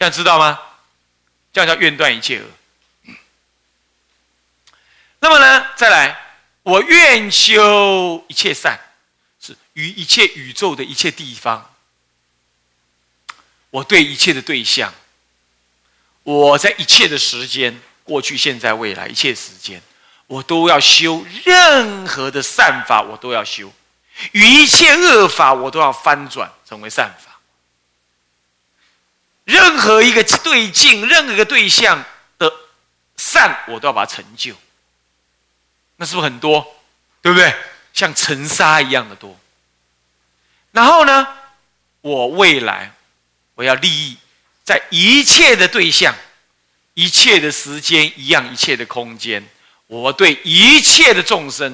这样知道吗？这样叫愿断一切恶。那么呢，再来，我愿修一切善，是于一切宇宙的一切地方，我对一切的对象，我在一切的时间，过去、现在、未来一切时间，我都要修任何的善法，我都要修。与一切恶法，我都要翻转成为善法。任何一个对境，任何一个对象的善，我都要把它成就。那是不是很多？对不对？像尘沙一样的多。然后呢，我未来我要利益在一切的对象、一切的时间一样，一切的空间，我对一切的众生，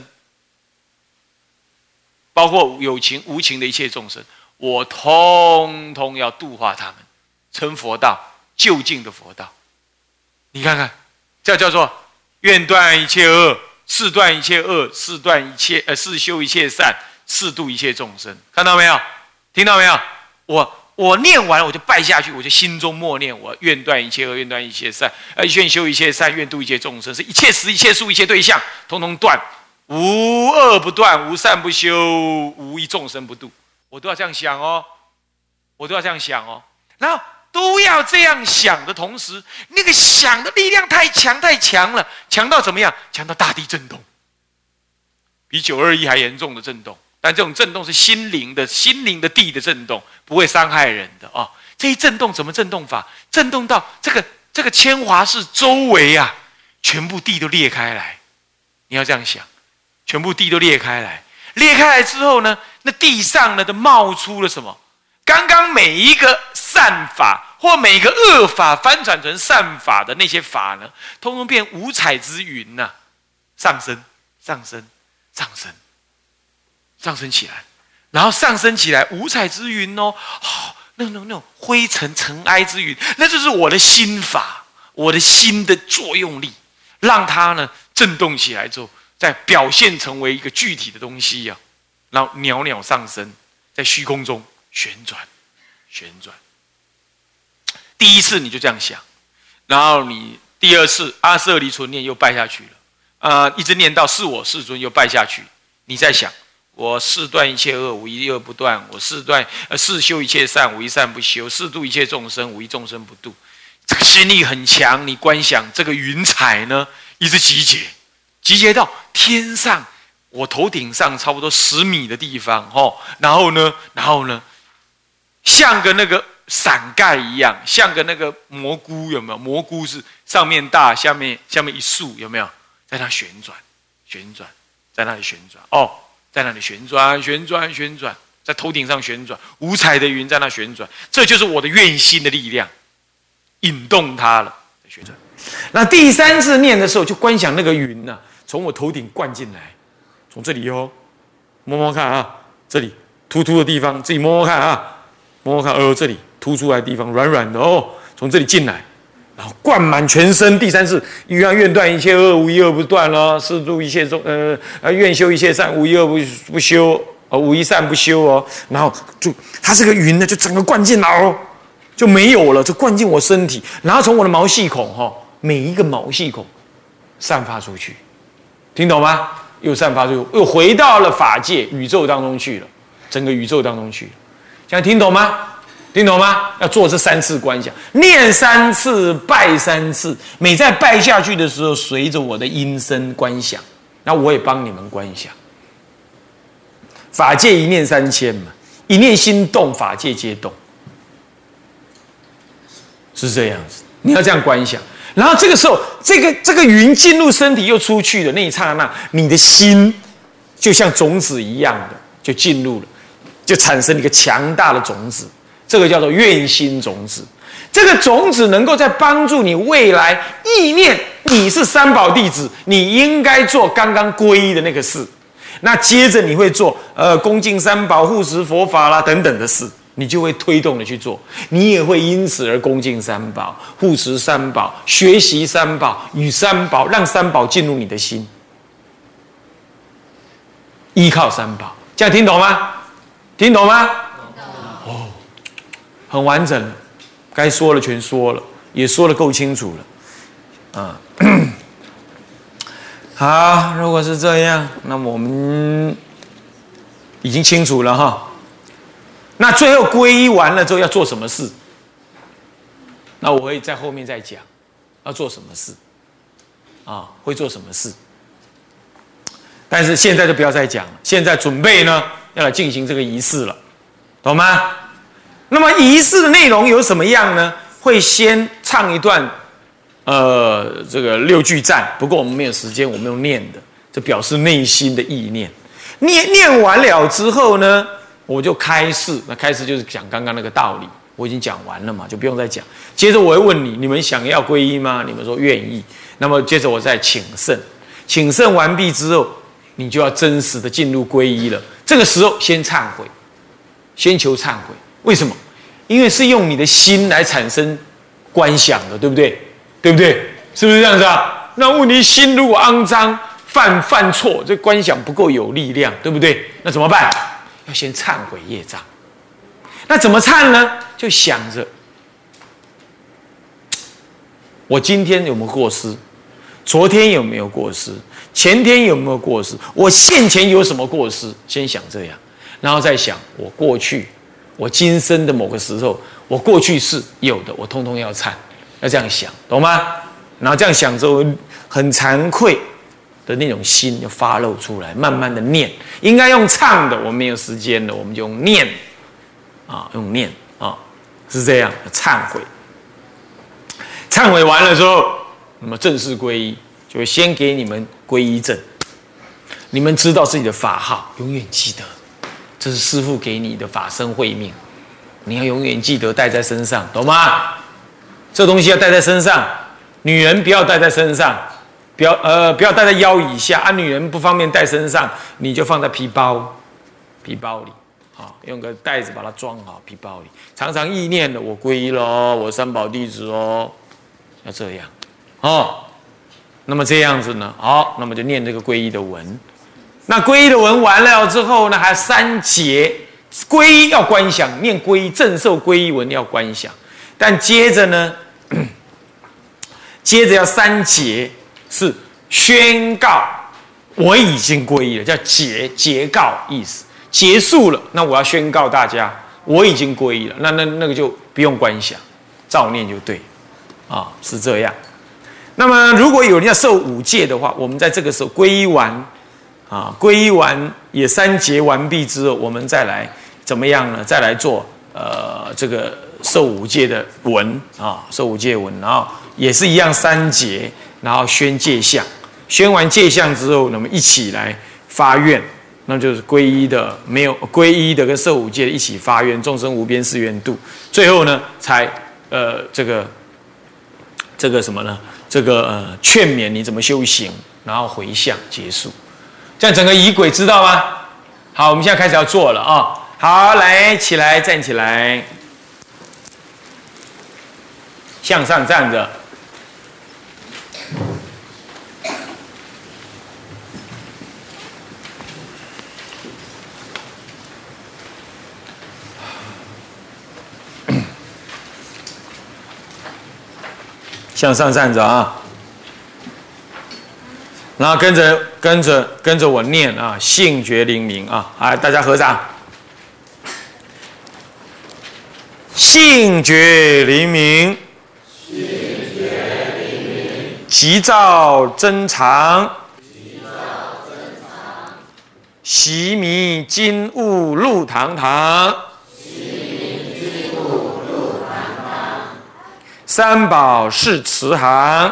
包括有情无情的一切众生，我通通要度化他们，成佛道，究竟的佛道。你看看，这叫做愿断一切恶，誓断一切恶，誓修一切善，誓度一切众生。看到没有？听到没有？我念完我就拜下去，我就心中默念：我愿断一切恶，愿断一切善，愿修一切善，愿度一切众生。是一切时、一切数、一切对象，通通断，无恶不断，无善不修，无一众生不度。我都要这样想哦，我都要这样想哦。然后都要这样想的同时，那个想的力量太强太强了，强到怎么样？强到大地震动，比921还严重的震动。但这种震动是心灵的地的震动，不会伤害人的哦。这一震动怎么震动法？震动到这个千华寺周围啊，全部地都裂开来。你要这样想，全部地都裂开来。裂开来之后呢，那地上呢都冒出了什么？刚刚每一个善法或每个恶法翻转成善法的那些法呢，通通变五彩之云呐、上升，上升，上升。上升起来，然后上升起来，五彩之云哦，那种灰尘尘埃之云，那就是我的心法，我的心的作用力，让它呢震动起来之后，再表现成为一个具体的东西啊，然后袅袅上升，在虚空中旋转，旋转。第一次你就这样想，然后你第二次阿舍离存念又拜下去了，一直念到是我世尊又拜下去，你在想。我誓断一切恶，无一恶不断；我誓修一切善，无一善不修；誓度一切众生，无一众生不度。这个心力很强，你观想这个云彩呢，一直集结到天上，我头顶上差不多10米的地方然后呢，像个那个伞盖一样，像个那个蘑菇，有没有？蘑菇是上面大，下面一束，有没有？在那旋转，在那里旋转在那里旋转，在头顶上旋转，五彩的云在那旋转，这就是我的愿心的力量，引动它了，在旋转。那第三次念的时候，就观想那个云呢、从我头顶灌进来，从这里摸摸看啊，这里突突的地方，自己摸摸看啊，摸摸看，这里凸出来的地方软软的从这里进来。然后灌满全身，第三次愿断一切恶，无一恶不断了；誓度一切愿修一切善，无一恶不修，无一善不修然后就它这个云呢，就整个灌进来就没有了，就灌进我身体，然后从我的毛细孔每一个毛细孔散发出去，听懂吗？又散发出去，又回到了法界宇宙当中去了，整个宇宙当中去了，这样听懂吗？听懂吗？要做这3次观想，念3次，拜3次。每在拜下去的时候，随着我的音声观想，那我也帮你们观想。法界一念3000嘛，一念心动，法界皆动，是这样子。你要这样观想，然后这个时候，这个云进入身体又出去的那一刹那，你的心就像种子一样的就进入了，就产生一个强大的种子。这个叫做愿心种子，这个种子能够在帮助你未来意念，你是三宝弟子，你应该做刚刚皈依的那个事。那接着你会做恭敬三宝、护持佛法啦等等的事，你就会推动的去做，你也会因此而恭敬三宝、护持三宝、学习三宝、与三宝，让三宝进入你的心，依靠三宝，这样听懂吗？听懂吗？很完整， 该说了全说了，也说得够清楚了，啊。好，如果是这样，那么我们已经清楚了哈。那最后皈依完了之后要做什么事？那我会在后面再讲，要做什么事啊？会做什么事？但是现在就不要再讲了，现在准备呢要来进行这个仪式了，懂吗？那么仪式的内容有什么样呢？会先唱一段，这个6句赞，不过我们没有时间，我们用念的，这表示内心的意念。念完了之后呢，我就开示。那开示就是讲刚刚那个道理，我已经讲完了嘛，就不用再讲。接着我会问你们想要皈依吗？你们说愿意。那么接着我再请圣，请圣完毕之后，你就要真实的进入皈依了。这个时候先忏悔，先求忏悔。为什么？因为是用你的心来产生观想的，对不对？对不对？是不是这样子啊？那问题心如果肮脏，犯错，这观想不够有力量，对不对？那怎么办？要先忏悔业障。那怎么忏呢？就想着我今天有没有过失，昨天有没有过失，前天有没有过失，我现前有什么过失，先想这样，然后再想我过去，我今生的某个时候，我过去是有的，我通通要忏，要这样想，懂吗？然后这样想之后，很惭愧的那种心就发露出来，慢慢的念。应该用唱的，我们没有时间了，我们就用念啊，用念啊，是这样忏悔。忏悔完了之后，那么正式皈依，就会先给你们皈依证。你们知道自己的法号，永远记得，这是师父给你的法身慧命，你要永远记得带在身上，懂吗？这东西要带在身上，女人不要带在身上，不要带在腰以下啊。女人不方便带身上，你就放在皮包里，好，用个袋子把它装好，皮包里，常常意念的，我皈依了哦，我三宝弟子哦，要这样哦。那么这样子呢，好，那么就念这个皈依的文。那皈依的文完了之后呢，还有3节，皈依要观想，念皈依正受皈依文要观想，但接着呢，接着要3节是宣告我已经皈依了，叫结告意思，结束了，那我要宣告大家我已经皈依了，那个就不用观想，照念就对啊，是这样。那么如果有人要受5戒的话，我们在这个时候皈依完啊，皈依完也3节完毕之后，我们再来怎么样呢？再来做这个受5戒的文啊，受5戒文，然后也是一样3节，然后宣戒相，宣完戒相之后，那么一起来发愿，那就是皈依的没有皈依的跟受5戒的一起发愿，众生无边誓愿度，最后呢才这个什么呢？这个劝勉你怎么修行，然后回向结束，这样整个仪轨知道吗？好，我们现在开始要做了啊！好，来起来，站起来，向上站着。向上站着啊，然后跟着我念啊，性觉灵明啊，来大家合掌。性觉灵明，急躁真常，习迷金物入堂堂。三宝是慈航，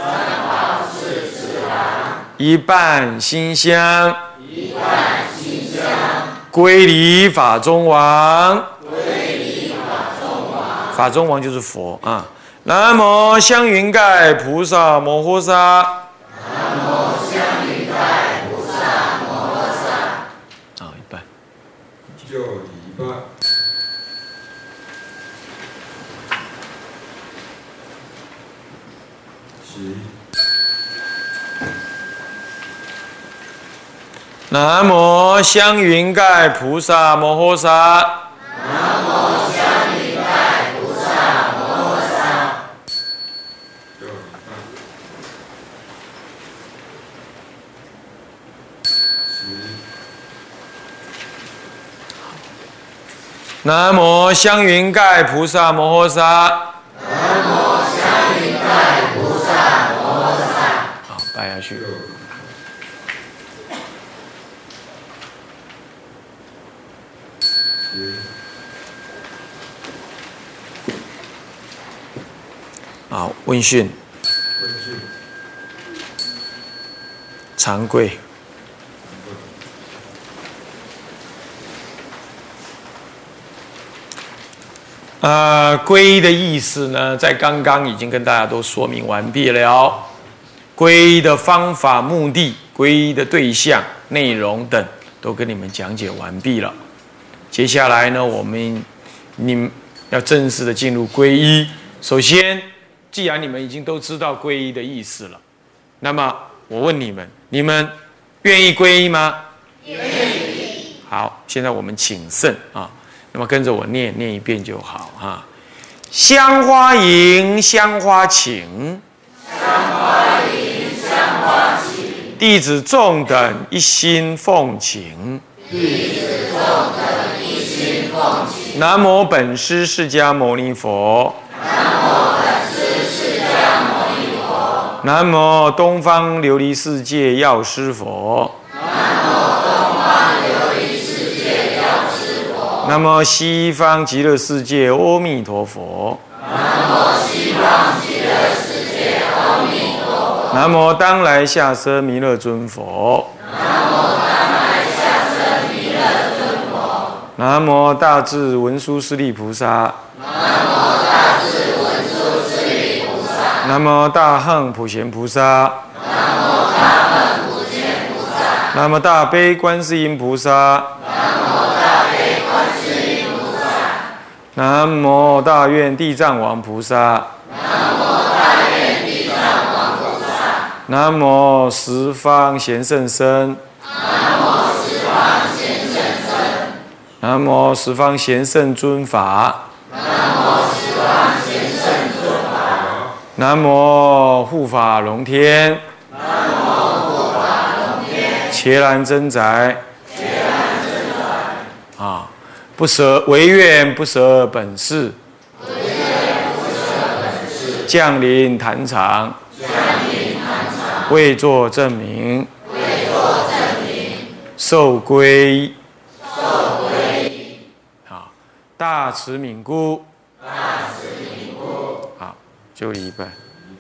一半馨香，归离法中王。法中王就是佛啊！南无香云盖菩萨摩诃萨。南无香云盖菩萨摩诃萨。啊，一半。就一半。南无香云盖菩萨摩诃萨。南无香云盖菩萨摩诃南无香云盖菩萨摩诃萨。 南无香云盖菩萨摩诃萨。 好，拜下去。好，问讯。长贵。皈依的意思呢，在刚刚已经跟大家都说明完毕了。皈依的方法、目的、皈依的对象、内容等，都跟你们讲解完毕了。接下来呢，你们要正式的进入皈依。首先，既然你们已经都知道皈依的意思了，那么我问你们，你们愿意皈依吗？愿意。好，现在我们请圣啊。那么跟着我念一遍就好哈。香花迎，香花请， 香花迎，香花请。 弟子众等一心奉请， 弟子众等一心奉请。 南无本师释迦牟尼佛。 南无本师释迦牟尼佛。 南无东方琉璃世界药师佛。南无西方极乐世界阿弥陀佛。 南无西方极乐世界阿弥陀佛。 南无当来下生弥勒尊佛。 南无当来下生弥勒尊佛。 南无大智文殊师利菩萨。 南无大智文殊师利菩萨。 南无大行普贤菩萨。 南无大行普贤菩萨。 南无大悲观世音菩萨。南无大愿地藏王菩萨。 南无大愿地藏王菩萨。 南无十方贤圣僧。 南无十方贤圣僧。 南无十方贤圣尊法。 南无十方贤圣尊法。 南无护法龙天。 南无护法龙天。 伽蓝真宅。 伽蓝真宅。 啊。不舍唯愿不舍本誓，降临坛场，为作证明，受皈。好，大慈悯孤，好，就礼拜。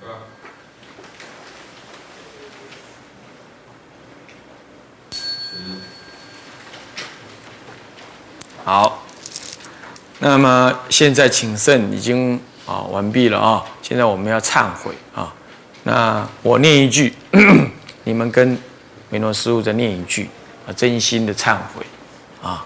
好，那么现在请圣已经完毕了啊，现在我们要忏悔啊。那我念一句，你们跟维诺师父再念一句啊，真心的忏悔啊。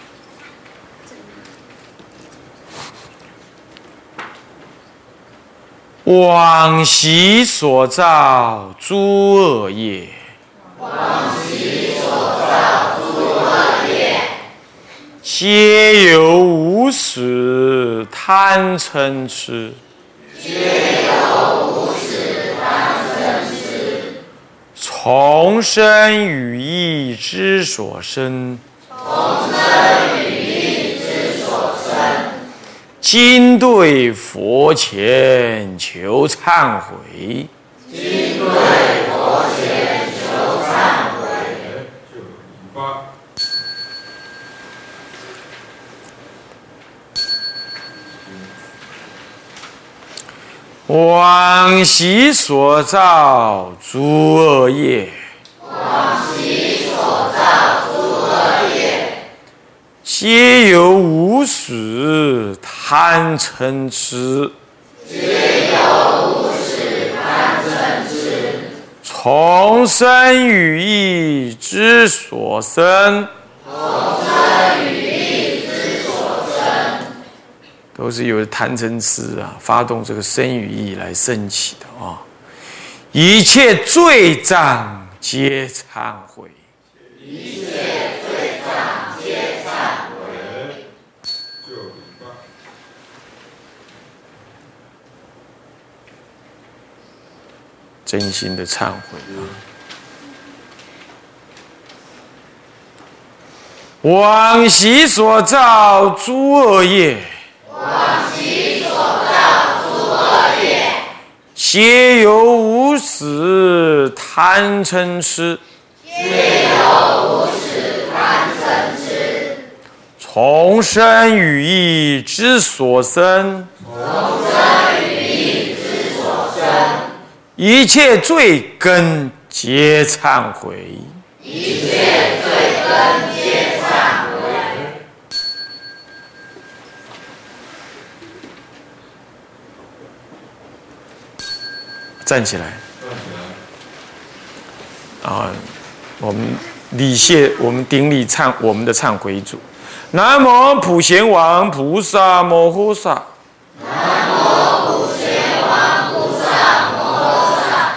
往昔所造诸恶业。 往昔所造诸恶业。 皆由无始贪嗔痴， 皆由无始贪嗔痴， 从生语意之所生， 从生语意之所生。 今对佛前求忏悔， 今对佛前求忏悔。 往昔所造诸恶业， 往昔所造诸恶业， 皆由无始贪嗔痴， 皆由无始贪嗔痴， 从生语意之所生， 从生语意之所生， 都是由贪嗔痴发动这个生语意来升起的啊！一切罪障皆忏悔， 一切罪障皆忏悔。 真心的忏悔啊！ 往昔所造诸恶业，皆由无始贪嗔痴，从生语意之所生，一切罪根皆忏悔。站起来啊！我们礼谢，我们顶礼我们的忏悔主。南无普贤王菩萨摩诃萨。南无普贤王菩萨摩诃萨。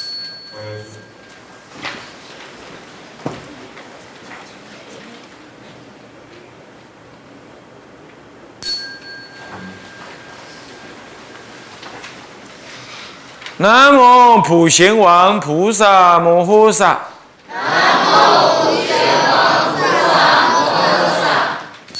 南无普贤王菩萨摩诃萨。南无普贤王菩萨摩诃萨。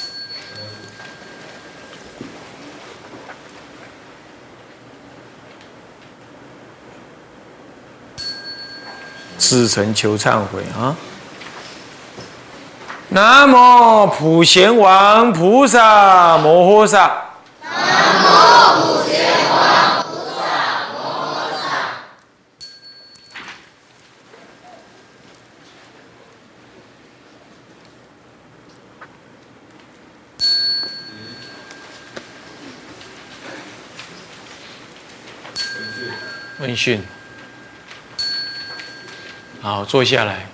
至诚求忏悔啊！南无普贤王菩萨摩诃萨。南无普贤王菩萨摩诃萨。问讯。好，坐下来。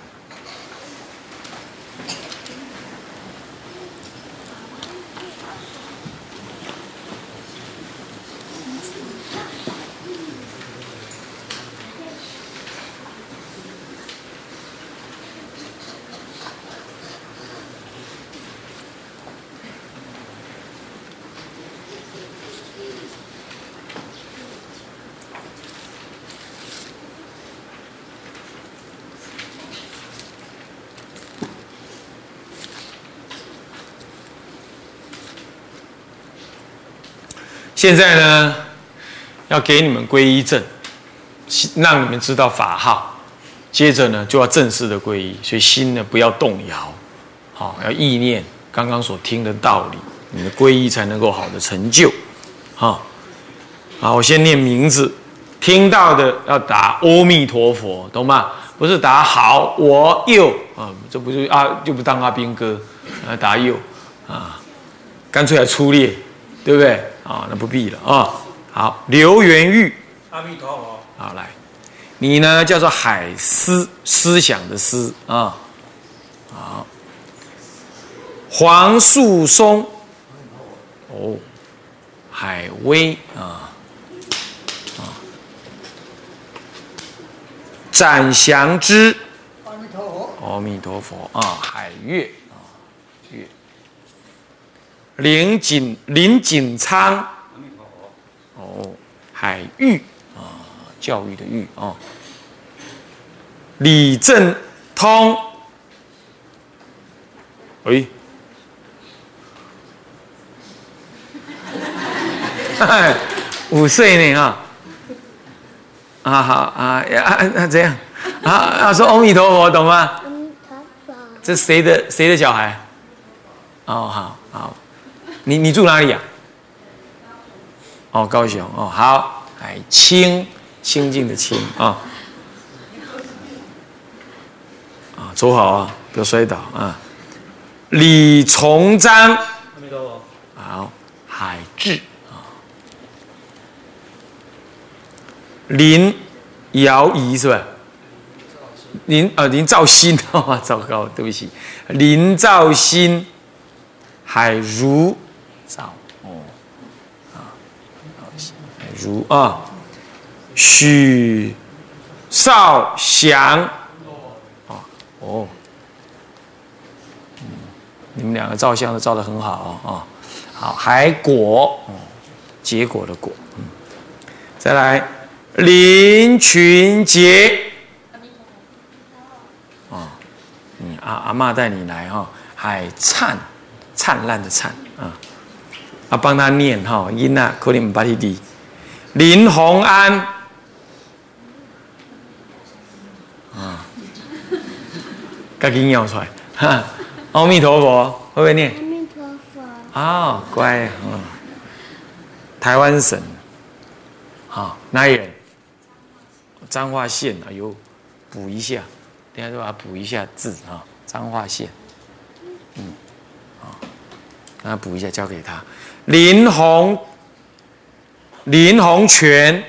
现在呢，要给你们皈依证，让你们知道法号。接着呢，就要正式的皈依，所以心呢不要动摇，好，要意念刚刚所听的道理，你的皈依才能够好的成就。好，好，我先念名字，听到的要打阿弥陀佛，懂吗？不是打好我右啊，这不是啊，就不当阿兵哥，打右啊，干脆还粗略，对不对？啊，那不必了啊。好，刘元玉， 阿弥陀佛。 好，来，你呢叫做海思，思想的思啊。好，黄树松，哦，海威啊，展祥之， 阿弥陀佛。 阿弥陀佛啊，海月啊，月。林景昌，哦，海域啊，教育的育啊。李正通，喂，5岁呢啊，好啊这样啊，说阿弥陀佛，懂吗？ 阿弥陀佛。 这谁的小孩？哦，好。你住哪里呀？哦，高雄哦，好，海清净的清啊，走好啊，不要摔倒啊。李崇章， 阿弥陀佛。 好，海志啊。林瑶仪是吧？林兆新哦，糟糕，对不起，林兆新，海如。赵哦，海如啊，许绍祥哦，你们两个照相都照得很好啊。好，海果结果的果，再来林群杰，阿嬷带你来哈。 海灿，灿烂的灿啊，帮他念哈，音啊，可能不提林鸿安啊，赶紧念出来哈。阿弥陀佛，会不会念？ 阿弥陀佛。 啊，乖，台湾省，哪里人？彰化县啊，有补一下，等一下就把它补一下字啊，彰化县，让他补一下，交给他。林鸿泉，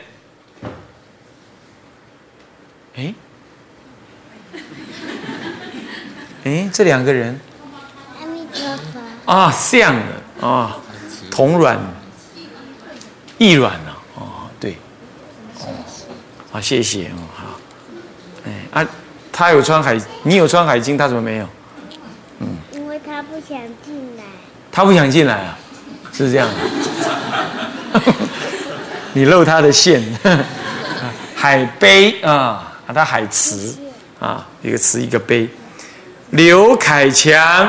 这两个人阿弥陀佛。 啊，像的啊，同卵异卵啊，对，好，谢谢好，他有穿海，你有穿海经，他怎么没有？ 因为他不想进来。 他不想进来啊，是这样的。你露他的线，海碑啊，他海慈啊，一个慈一个碑。刘凯强，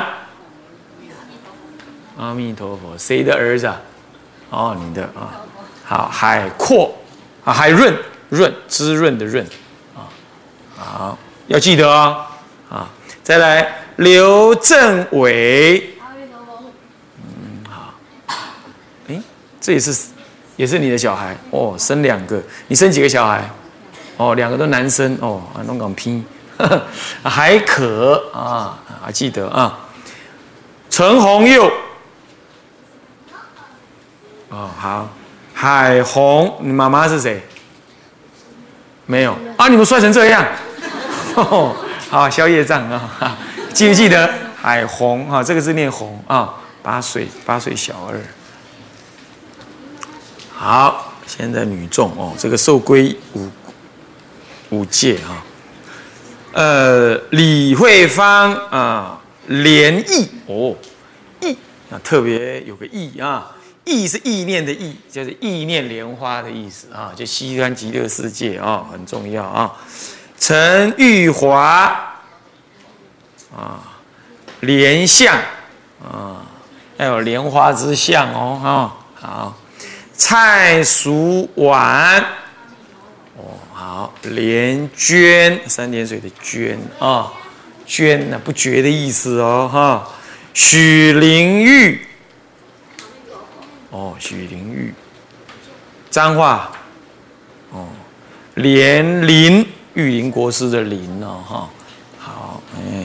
阿弥陀佛，谁的儿子啊？哦，你的啊。好，海阔啊，海润，滋润的润啊。好，要记得哦啊。再来，刘正伟。好。这也是你的小孩哦，生2个，你生几个小孩？哦，2个都男生哦，弄港拼，还可啊，记得啊。陈宏佑，哦好，海红，你妈妈是谁？没有啊，你们摔成这样，好，消业障啊，记不记得？海红啊，这个是念红啊，8岁小二。好，现在女众哦，这个受归五戒哈。李慧芳啊，莲意哦，意啊，特别有个意啊，意是意念的意，就是意念莲花的意思啊，就西方极乐世界啊，很重要啊。陈玉华啊，莲相啊，要有莲花之相哦哈，好。蔡淑婉，好，莲娟，3点水的娟啊，娟不绝的意思哦哈。许灵玉，许灵玉，彰化，莲林，玉林国师的林哦哈，好，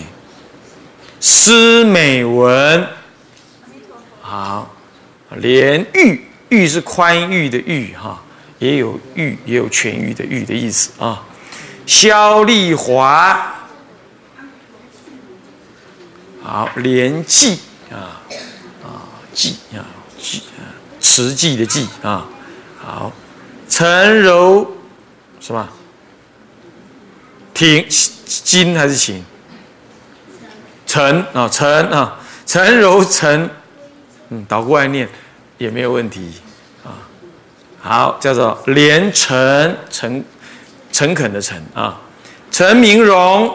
施美文，好，莲玉。玉是宽裕的裕哈，也有愈，也有痊愈的愈的意思啊。萧丽华，好，莲记记慈济的济啊，好，陈柔什么？挺金还是琴？陈柔陈，倒过来念。也没有问题啊，好，叫做连诚诚恳的诚啊，陈明荣，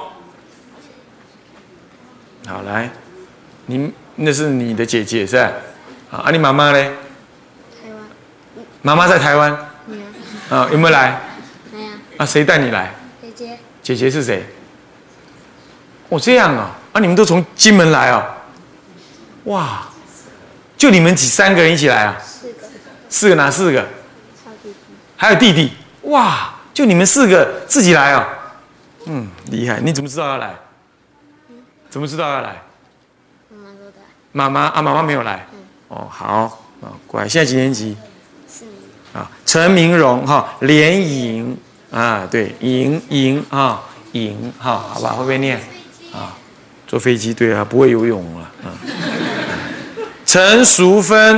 好来，那是你的姐姐是吧？啊，你妈妈嘞？ 台湾。 妈妈在台湾。啊，有没有来？ 没有。 啊，谁带你来？ 姐姐。 姐姐是谁？这样啊，你们都从金门来哦，哇。就你们3个人一起来啊？4个哪4个？还有弟弟。哇！就你们4个自己来哦。厉害！你怎么知道要来？怎么知道要来？ 妈妈说的。 妈妈没有来。好，乖。现在几年级 ？4年级。 啊，陈明荣哈，连莹啊，对，莹啊，莹好吧，会不会念？啊，坐飞机对啊，不会游泳了啊。陈淑芬，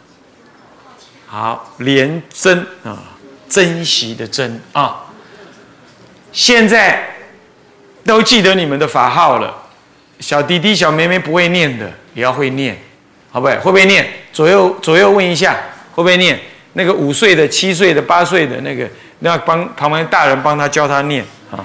好，莲珍啊，珍惜的珍啊。现在都记得你们的法号了，小弟弟、小妹妹不会念的也要会念，好不好？会不会念？左右问一下，会不会念？那个5岁的、7岁的、8岁的那个，那帮旁边大人帮他教他念啊。